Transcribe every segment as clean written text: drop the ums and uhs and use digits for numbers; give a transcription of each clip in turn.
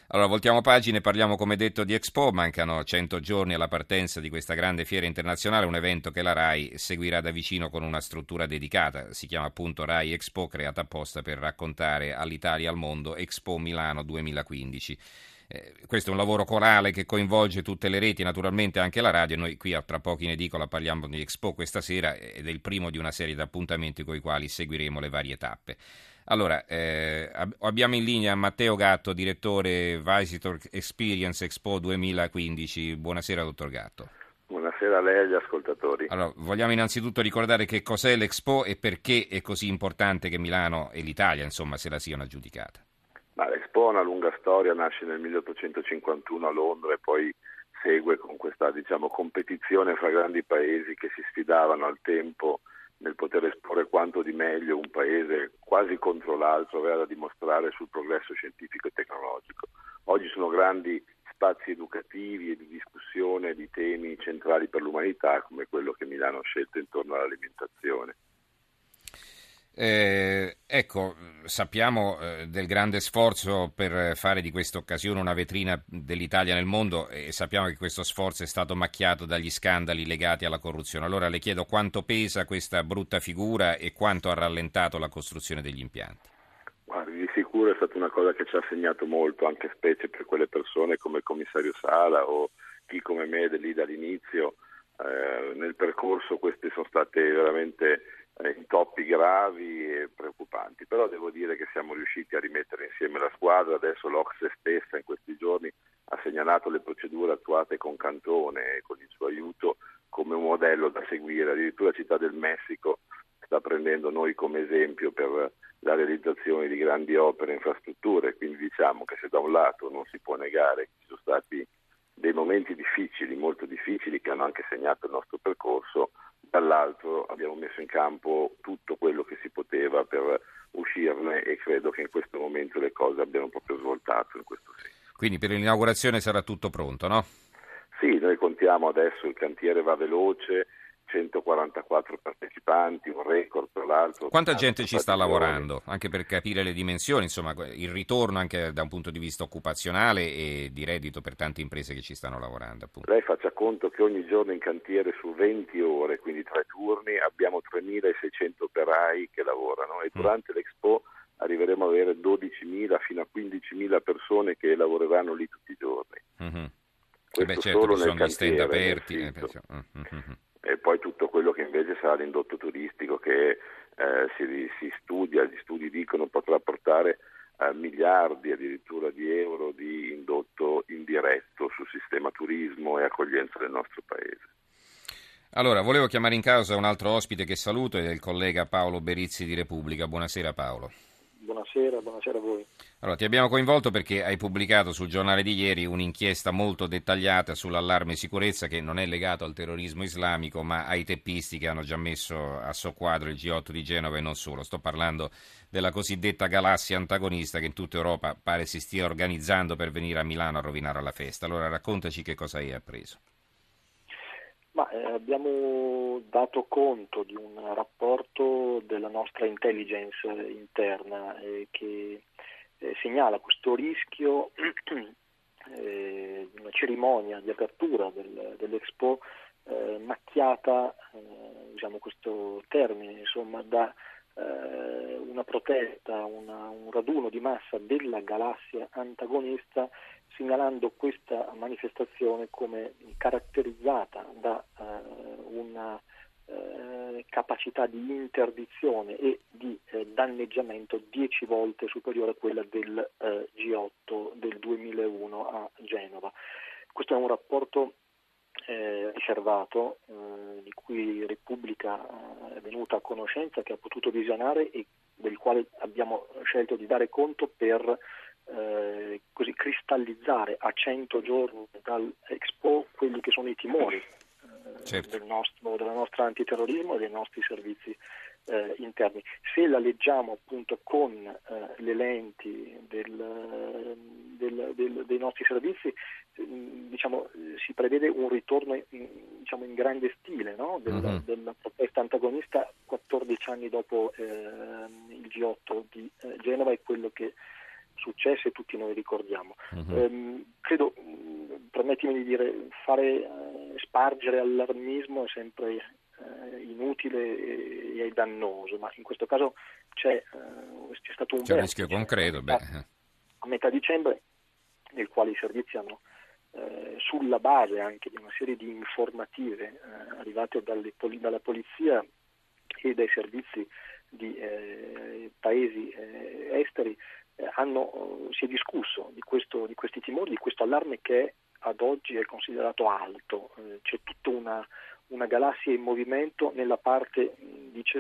Allora, voltiamo pagina e parliamo, come detto, di Expo. Mancano 100 giorni alla partenza di questa grande fiera internazionale, un evento che la RAI seguirà da vicino con una struttura dedicata. Si chiama appunto RAI Expo, creata apposta per raccontare all'Italia e al mondo Expo Milano 2015. Questo è un lavoro corale che coinvolge tutte le reti, naturalmente anche la radio. Noi qui a Tra pochi in edicola parliamo di Expo questa sera ed è il primo di una serie di appuntamenti con i quali seguiremo le varie tappe. Allora, abbiamo in linea Matteo Gatto, direttore Visitor Experience Expo 2015. Buonasera, dottor Gatto. Buonasera a lei e agli ascoltatori. Allora, vogliamo innanzitutto ricordare che cos'è l'Expo e perché è così importante che Milano e l'Italia, insomma, se la siano aggiudicata. Ma l'Expo ha una lunga storia, nasce nel 1851 a Londra e poi segue con questa, competizione fra grandi paesi che si sfidavano al tempo nel poter esporre quanto di meglio un paese quasi contro l'altro aveva da dimostrare sul progresso scientifico e tecnologico. Oggi sono grandi spazi educativi e di discussione di temi centrali per l'umanità come quello che Milano ha scelto intorno all'alimentazione. Sappiamo del grande sforzo per fare di questa occasione una vetrina dell'Italia nel mondo e sappiamo che questo sforzo è stato macchiato dagli scandali legati alla corruzione. Allora le chiedo quanto pesa questa brutta figura e quanto ha rallentato la costruzione degli impianti. Guardi, di sicuro è stata una cosa che ci ha segnato molto, anche specie per quelle persone come il commissario Sala o chi come me lì dall'inizio. Nel percorso queste sono state veramente intoppi gravi e preoccupanti, però devo dire che siamo riusciti a rimettere insieme la squadra. Adesso l'Ocse stessa in questi giorni ha segnalato le procedure attuate con Cantone e con il suo aiuto come un modello da seguire. Addirittura Città del Messico sta prendendo noi come esempio per la realizzazione di grandi opere e infrastrutture, quindi diciamo che se da un lato non si può negare che ci sono stati dei momenti difficili, molto difficili, che hanno anche segnato il nostro percorso, dall'altro abbiamo messo in campo tutto quello che si poteva per uscirne e credo che in questo momento le cose abbiano proprio svoltato in questo senso. Quindi per l'inaugurazione sarà tutto pronto, no? Sì, noi contiamo adesso, il cantiere va veloce, 144 partecipanti, un record tra l'altro. Quanta gente ci sta lavorando? Anche per capire le dimensioni, insomma, il ritorno anche da un punto di vista occupazionale e di reddito per tante imprese che ci stanno lavorando, appunto. Lei faccia conto che ogni giorno in cantiere su 20 ore, quindi 3 turni, abbiamo 3.600 operai che lavorano e durante l'Expo arriveremo ad avere 12.000 fino a 15.000 persone che lavoreranno lì tutti i giorni. Mm-hmm. Questo Certo, solo ci nel sono gli stand cantiere, aperti. E poi tutto quello che invece sarà l'indotto turistico che si studia, gli studi dicono potrà portare miliardi addirittura di euro di indotto indiretto sul sistema turismo e accoglienza del nostro paese. Allora, volevo chiamare in causa un altro ospite che saluto, è il collega Paolo Berizzi di Repubblica. Buonasera Paolo. Buonasera a voi. Allora, ti abbiamo coinvolto perché hai pubblicato sul giornale di ieri un'inchiesta molto dettagliata sull'allarme sicurezza che non è legato al terrorismo islamico ma ai teppisti che hanno già messo a soqquadro il G8 di Genova e non solo. Sto parlando della cosiddetta galassia antagonista che in tutta Europa pare si stia organizzando per venire a Milano a rovinare la festa. Allora raccontaci che cosa hai appreso. Abbiamo dato conto di un rapporto della nostra intelligence interna che segnala questo rischio di una cerimonia di apertura dell'Expo macchiata, usiamo questo termine, insomma, da una protesta, un raduno di massa della galassia antagonista, segnalando questa manifestazione come caratterizzata da una capacità di interdizione e di danneggiamento 10 volte superiore a quella del G8 del 2001 a Genova. Questo è un rapporto riservato di cui Repubblica è venuta a conoscenza, che ha potuto visionare e del quale abbiamo scelto di dare conto per così cristallizzare a 100 giorni dall'Expo quelli che sono i timori certo. della nostra antiterrorismo e dei nostri servizi interni. Se la leggiamo appunto con le lenti dei nostri servizi, si prevede un ritorno in grande stile, no? della protesta antagonista 14 anni dopo il G8 di Genova, e quello che successe e tutti noi ricordiamo. Credo, permettimi di dire, spargere allarmismo è sempre inutile e dannoso, ma in questo caso c'è stato un rischio concreto a metà dicembre, nel quale i servizi hanno, sulla base anche di una serie di informative arrivate dalla polizia e dai servizi di paesi esteri, si è discusso di questi timori, di questo allarme che ad oggi è considerato alto. C'è tutta una galassia in movimento nella parte, dice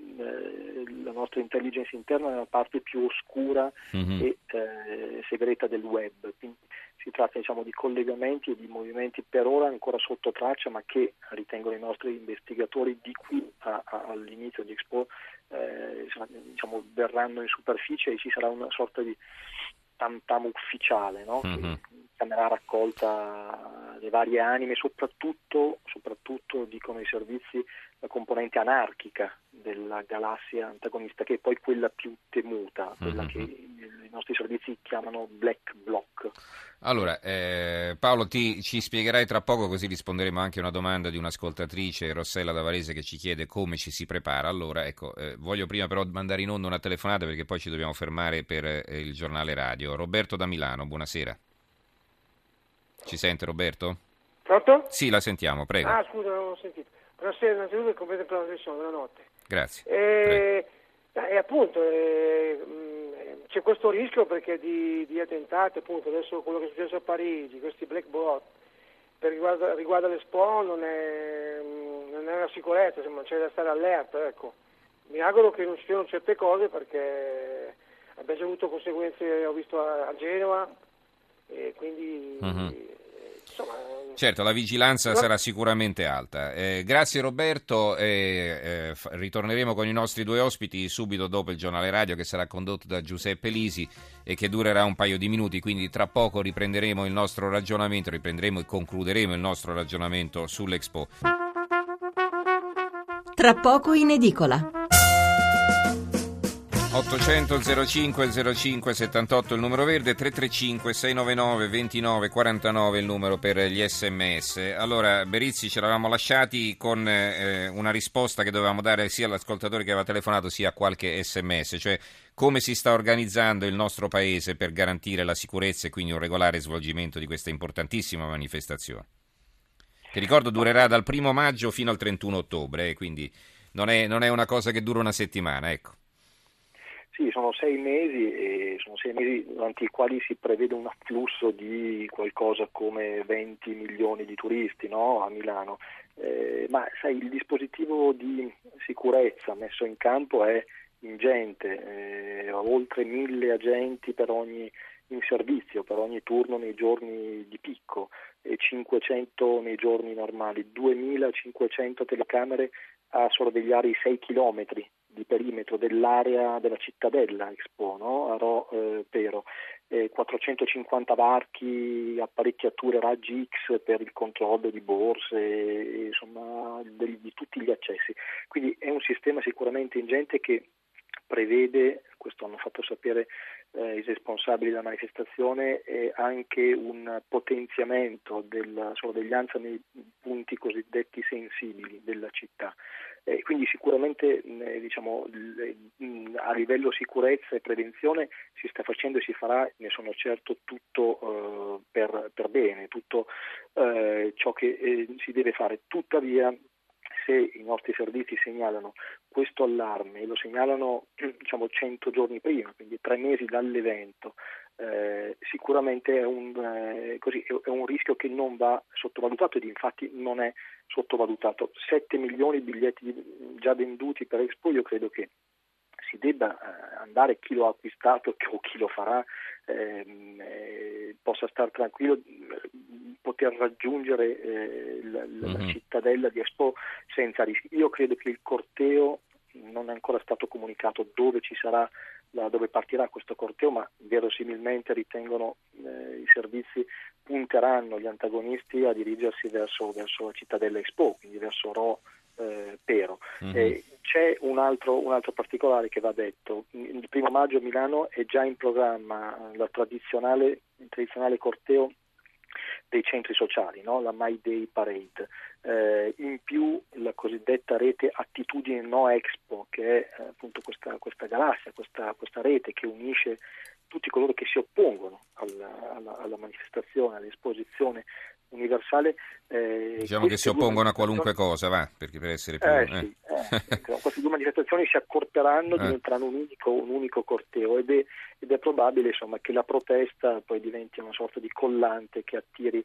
la nostra intelligence interna, nella parte più oscura e segreta del web. Quindi si tratta, diciamo, di collegamenti e di movimenti per ora ancora sotto traccia, ma che ritengono i nostri investigatori di qui all'inizio di Expo diciamo, verranno in superficie e ci sarà una sorta di tam tam ufficiale, no? Che chiamerà raccolta le varie anime, soprattutto dicono i servizi, la componente anarchica della galassia antagonista, che è poi quella più temuta, quella che i nostri servizi chiamano Black Bloc. Allora, Paolo, ci spiegherai tra poco, così risponderemo anche a una domanda di un'ascoltatrice, Rossella da Varese, che ci chiede come ci si prepara. Allora, ecco, voglio prima però mandare in onda una telefonata, perché poi ci dobbiamo fermare per il giornale radio. Roberto da Milano, buonasera. Ci sente, Roberto? Pronto? Sì, la sentiamo, prego. Ah, scusa, non ho sentito. Buonasera, innanzitutto e complimenti per la trasmissione, buonanotte. Grazie. E appunto c'è questo rischio perché di attentati, appunto, adesso quello che è successo a Parigi, questi black bloc, riguarda l'Expo non è una sicurezza, insomma, c'è da stare allerta, ecco. Mi auguro che non ci siano certe cose, perché abbiamo già avuto conseguenze, ho visto a Genova, e quindi insomma, certo, la vigilanza sarà sicuramente alta. Grazie Roberto, ritorneremo con i nostri due ospiti subito dopo il giornale radio, che sarà condotto da Giuseppe Lisi e che durerà un paio di minuti, quindi tra poco riprenderemo il nostro ragionamento, e concluderemo il nostro ragionamento sull'Expo. Tra poco in edicola. 800 05 05 78 il numero verde, 335 699 29 49 il numero per gli sms. Allora, Berizzi, ci eravamo lasciati con una risposta che dovevamo dare sia all'ascoltatore che aveva telefonato sia a qualche sms, cioè come si sta organizzando il nostro paese per garantire la sicurezza e quindi un regolare svolgimento di questa importantissima manifestazione, che ricordo durerà dal 1 maggio fino al 31 ottobre, quindi non è una cosa che dura una settimana, ecco. Sì, sono 6 mesi durante i quali si prevede un afflusso di qualcosa come 20 milioni di turisti, no, a Milano. Ma sai, il dispositivo di sicurezza messo in campo è ingente, oltre 1000 agenti in servizio per ogni turno nei giorni di picco e 500 nei giorni normali, 2500 telecamere a sorvegliare i 6 chilometri di perimetro dell'area della cittadella Expo, no? Pero, 450 varchi, apparecchiature raggi X per il controllo di borse, insomma di tutti gli accessi. Quindi è un sistema sicuramente ingente che prevede, questo hanno fatto sapere i responsabili della manifestazione, anche un potenziamento della sorveglianza nei punti cosiddetti sensibili della città. Quindi sicuramente a livello sicurezza e prevenzione si sta facendo e si farà, ne sono certo, tutto per bene, tutto ciò che si deve fare. Tuttavia, se i nostri servizi segnalano questo allarme e lo segnalano 100 giorni prima, quindi 3 mesi dall'evento, sicuramente è un rischio che non va sottovalutato, ed infatti non è sottovalutato. 7 milioni di biglietti già venduti per Expo, io credo che si debba andare, chi lo ha acquistato o chi lo farà possa star tranquillo, poter raggiungere la cittadella di Expo senza rischi. Io credo che il corteo, non è ancora stato comunicato dove ci sarà, dove partirà questo corteo, ma verosimilmente ritengono i servizi punteranno gli antagonisti a dirigersi verso la cittadella Expo, quindi verso Pero. c'è un altro particolare che va detto. Il 1° maggio a Milano è già in programma il tradizionale corteo dei centri sociali, no? La My Day Parade. In più la cosiddetta rete Attitudine No Expo, che è appunto questa galassia, questa rete che unisce tutti coloro che si oppongono alla manifestazione, all'esposizione universale. Diciamo che si oppongono a qualunque cosa, va, perché per essere più... Sì. Queste due manifestazioni si accorperanno, diventeranno un unico corteo ed è probabile, insomma, che la protesta poi diventi una sorta di collante che attiri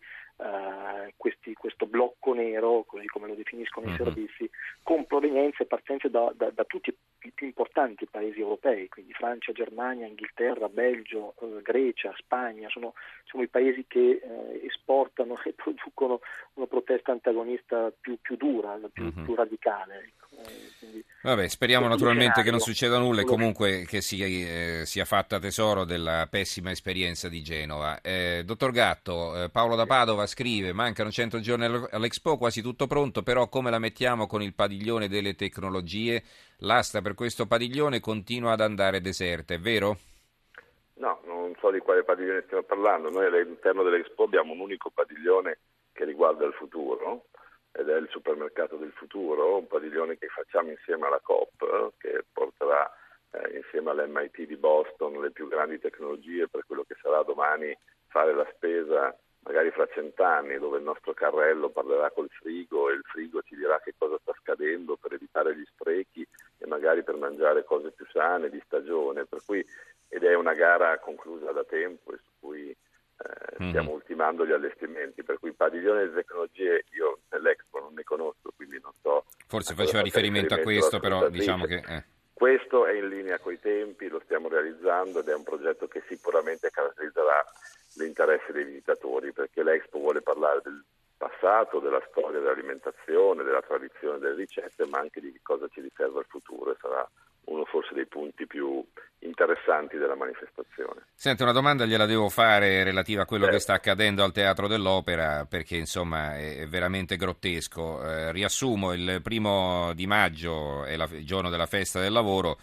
questo blocco nero, così come lo definiscono i servizi, con provenienze e partenze da tutti i più importanti paesi europei, quindi Francia, Germania, Inghilterra, Belgio, Grecia, Spagna, sono i paesi che esportano e producono una protesta antagonista più dura, più radicale. Quindi, vabbè, speriamo naturalmente che non succeda nulla e comunque che sia fatta tesoro della pessima esperienza di Genova. Dottor Gatto, Paolo da Padova scrive: mancano 100 giorni all'Expo, quasi tutto pronto, però come la mettiamo con il padiglione delle tecnologie? L'asta per questo padiglione continua ad andare deserta, è vero? No, non so di quale padiglione stiamo parlando. Noi all'interno dell'Expo abbiamo un unico padiglione che riguarda il futuro, ed è il supermercato del futuro, un padiglione che facciamo insieme alla Coop, che porterà insieme all'MIT di Boston le più grandi tecnologie per quello che sarà domani fare la spesa, magari fra 100 anni, dove il nostro carrello parlerà col frigo e il frigo ci dirà che cosa sta scadendo per evitare gli sprechi e magari per mangiare cose più sane di stagione, ed è una gara conclusa da tempo e su cui stiamo ultimando gli allestimenti, per cui padiglione delle tecnologie io nell'Expo non ne conosco, quindi non so. Forse faceva riferimento a questo, però diciamo che... Questo è in linea coi tempi, lo stiamo realizzando ed è un progetto che sicuramente caratterizzerà l'interesse dei visitatori, perché l'Expo vuole parlare del passato, della storia dell'alimentazione, della tradizione delle ricette, ma anche di cosa ci riserva il futuro, e sarà uno forse dei punti più interessanti della manifestazione. Senta, una domanda gliela devo fare relativa a quello che sta accadendo al Teatro dell'Opera, perché insomma è veramente grottesco. Riassumo: il 1° maggio è il giorno della festa del lavoro,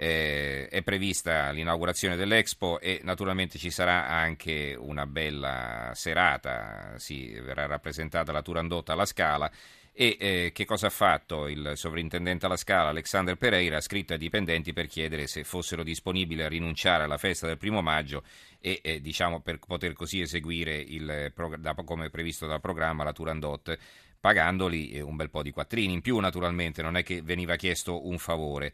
è prevista l'inaugurazione dell'Expo e naturalmente ci sarà anche una bella serata, verrà rappresentata la Turandot alla Scala. E che cosa ha fatto il sovrintendente alla Scala, Alexander Pereira? Ha scritto ai dipendenti per chiedere se fossero disponibili a rinunciare alla festa del 1° maggio e diciamo per poter così eseguire come previsto dal programma la Turandot, pagandoli un bel po' di quattrini in più. Naturalmente non è che veniva chiesto un favore.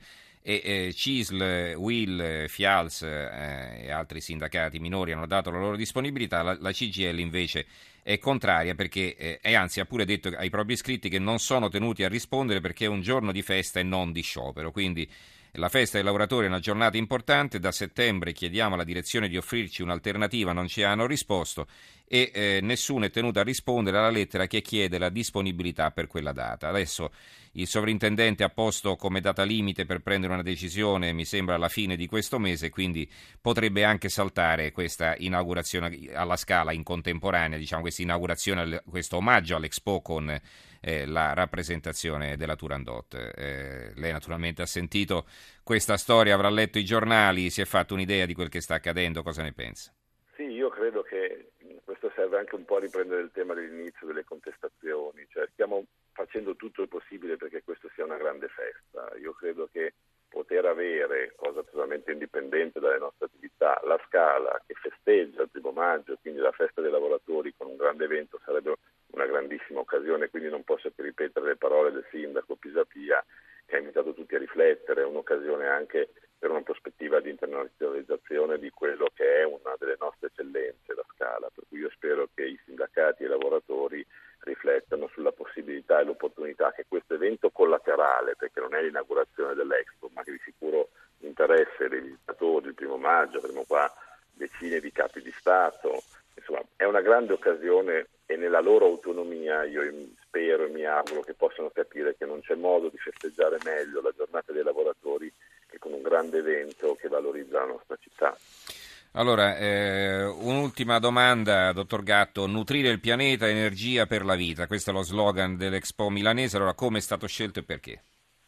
CISL, UIL, FIALS e altri sindacati minori hanno dato la loro disponibilità. La CGIL invece è contraria, perché anzi ha pure detto ai propri iscritti che non sono tenuti a rispondere perché è un giorno di festa e non di sciopero. Quindi la festa dei lavoratori è una giornata importante, da settembre chiediamo alla direzione di offrirci un'alternativa, non ci hanno risposto e nessuno è tenuto a rispondere alla lettera che chiede la disponibilità per quella data. Adesso il sovrintendente ha posto come data limite per prendere una decisione, mi sembra alla fine di questo mese, quindi potrebbe anche saltare questa inaugurazione alla Scala in contemporanea, diciamo questa inaugurazione, questo omaggio all'Expo con la rappresentazione della Turandot. Lei naturalmente ha sentito questa storia, avrà letto i giornali, si è fatto un'idea di quel che sta accadendo, cosa ne pensa? Sì, io credo che questo serve anche un po' a riprendere il tema dell'inizio delle contestazioni, cioè stiamo facendo tutto il possibile perché questo sia una grande festa. Io credo che poter avere, cosa totalmente indipendente dalle nostre attività, la Scala che festeggia il 1° maggio, quindi la festa dei lavoratori con un grande evento, sarebbe una grandissima occasione, quindi non posso che ripetere le parole del sindaco Pisapia, che ha invitato tutti a riflettere, è un'occasione anche per una prospettiva di internazionalizzazione di quello che è una delle nostre eccellenze, la Scala, per cui io spero che i sindacati e i lavoratori riflettano sulla possibilità e l'opportunità che questo evento collaterale, perché non è l'inaugurazione dell'Expo, ma che di sicuro interessa dei visitatori, il 1° maggio, avremo qua decine di capi di Stato, insomma è una grande occasione e nella loro autonomia io spero e mi auguro che possano capire che non c'è modo di festeggiare meglio la giornata dei lavoratori che con un grande evento che valorizza la nostra città. Allora, un'ultima domanda, dottor Gatto: nutrire il pianeta, energia per la vita, questo è lo slogan dell'Expo milanese, allora come è stato scelto e perché?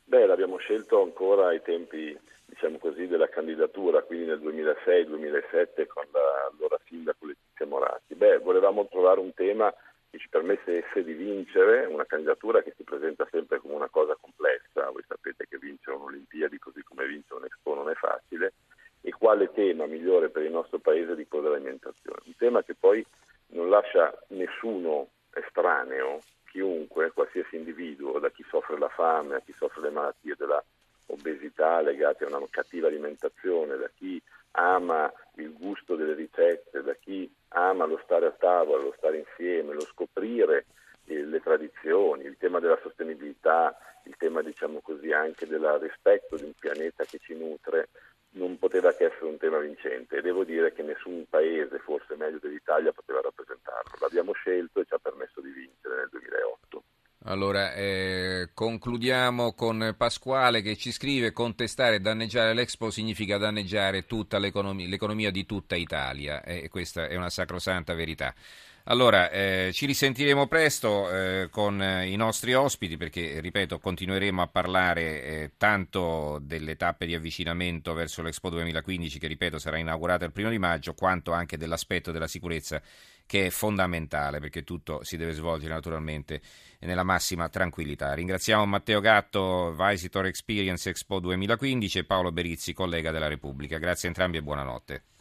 L'abbiamo scelto ancora ai tempi, diciamo così, della candidatura, quindi nel 2006-2007 con l'allora sindaco Letizia Moratti. Volevamo trovare un tema che ci permettesse di vincere una candidatura che si presenta sempre come una cosa complessa. Voi sapete che vincere un'Olimpiadi così come vincere un Expo non è facile, e quale tema migliore per il nostro paese di quello dell'alimentazione. Un tema che poi non lascia nessuno estraneo, chiunque, qualsiasi individuo, da chi soffre la fame a chi soffre le malattie della obesità legate a una cattiva alimentazione, da chi ama il gusto delle ricette, da chi ama lo stare a tavola, lo stare insieme, lo scoprire le tradizioni, il tema della sostenibilità, il tema, diciamo così, anche del rispetto di un pianeta che ci nutre, non poteva che essere un tema vincente, e devo dire che nessun paese, forse meglio dell'Italia, poteva rappresentarlo. L'abbiamo scelto e ci ha permesso di vincere nel 2008. Allora, concludiamo con Pasquale che ci scrive: contestare e danneggiare l'Expo significa danneggiare tutta l'economia di tutta Italia, e questa è una sacrosanta verità. Allora, ci risentiremo presto con i nostri ospiti, perché, ripeto, continueremo a parlare tanto delle tappe di avvicinamento verso l'Expo 2015, che, ripeto, sarà inaugurata il 1° maggio, quanto anche dell'aspetto della sicurezza, che è fondamentale, perché tutto si deve svolgere naturalmente nella massima tranquillità. Ringraziamo Matteo Gatto, Visitor Experience Expo 2015, e Paolo Berizzi, collega della Repubblica. Grazie a entrambi e buonanotte.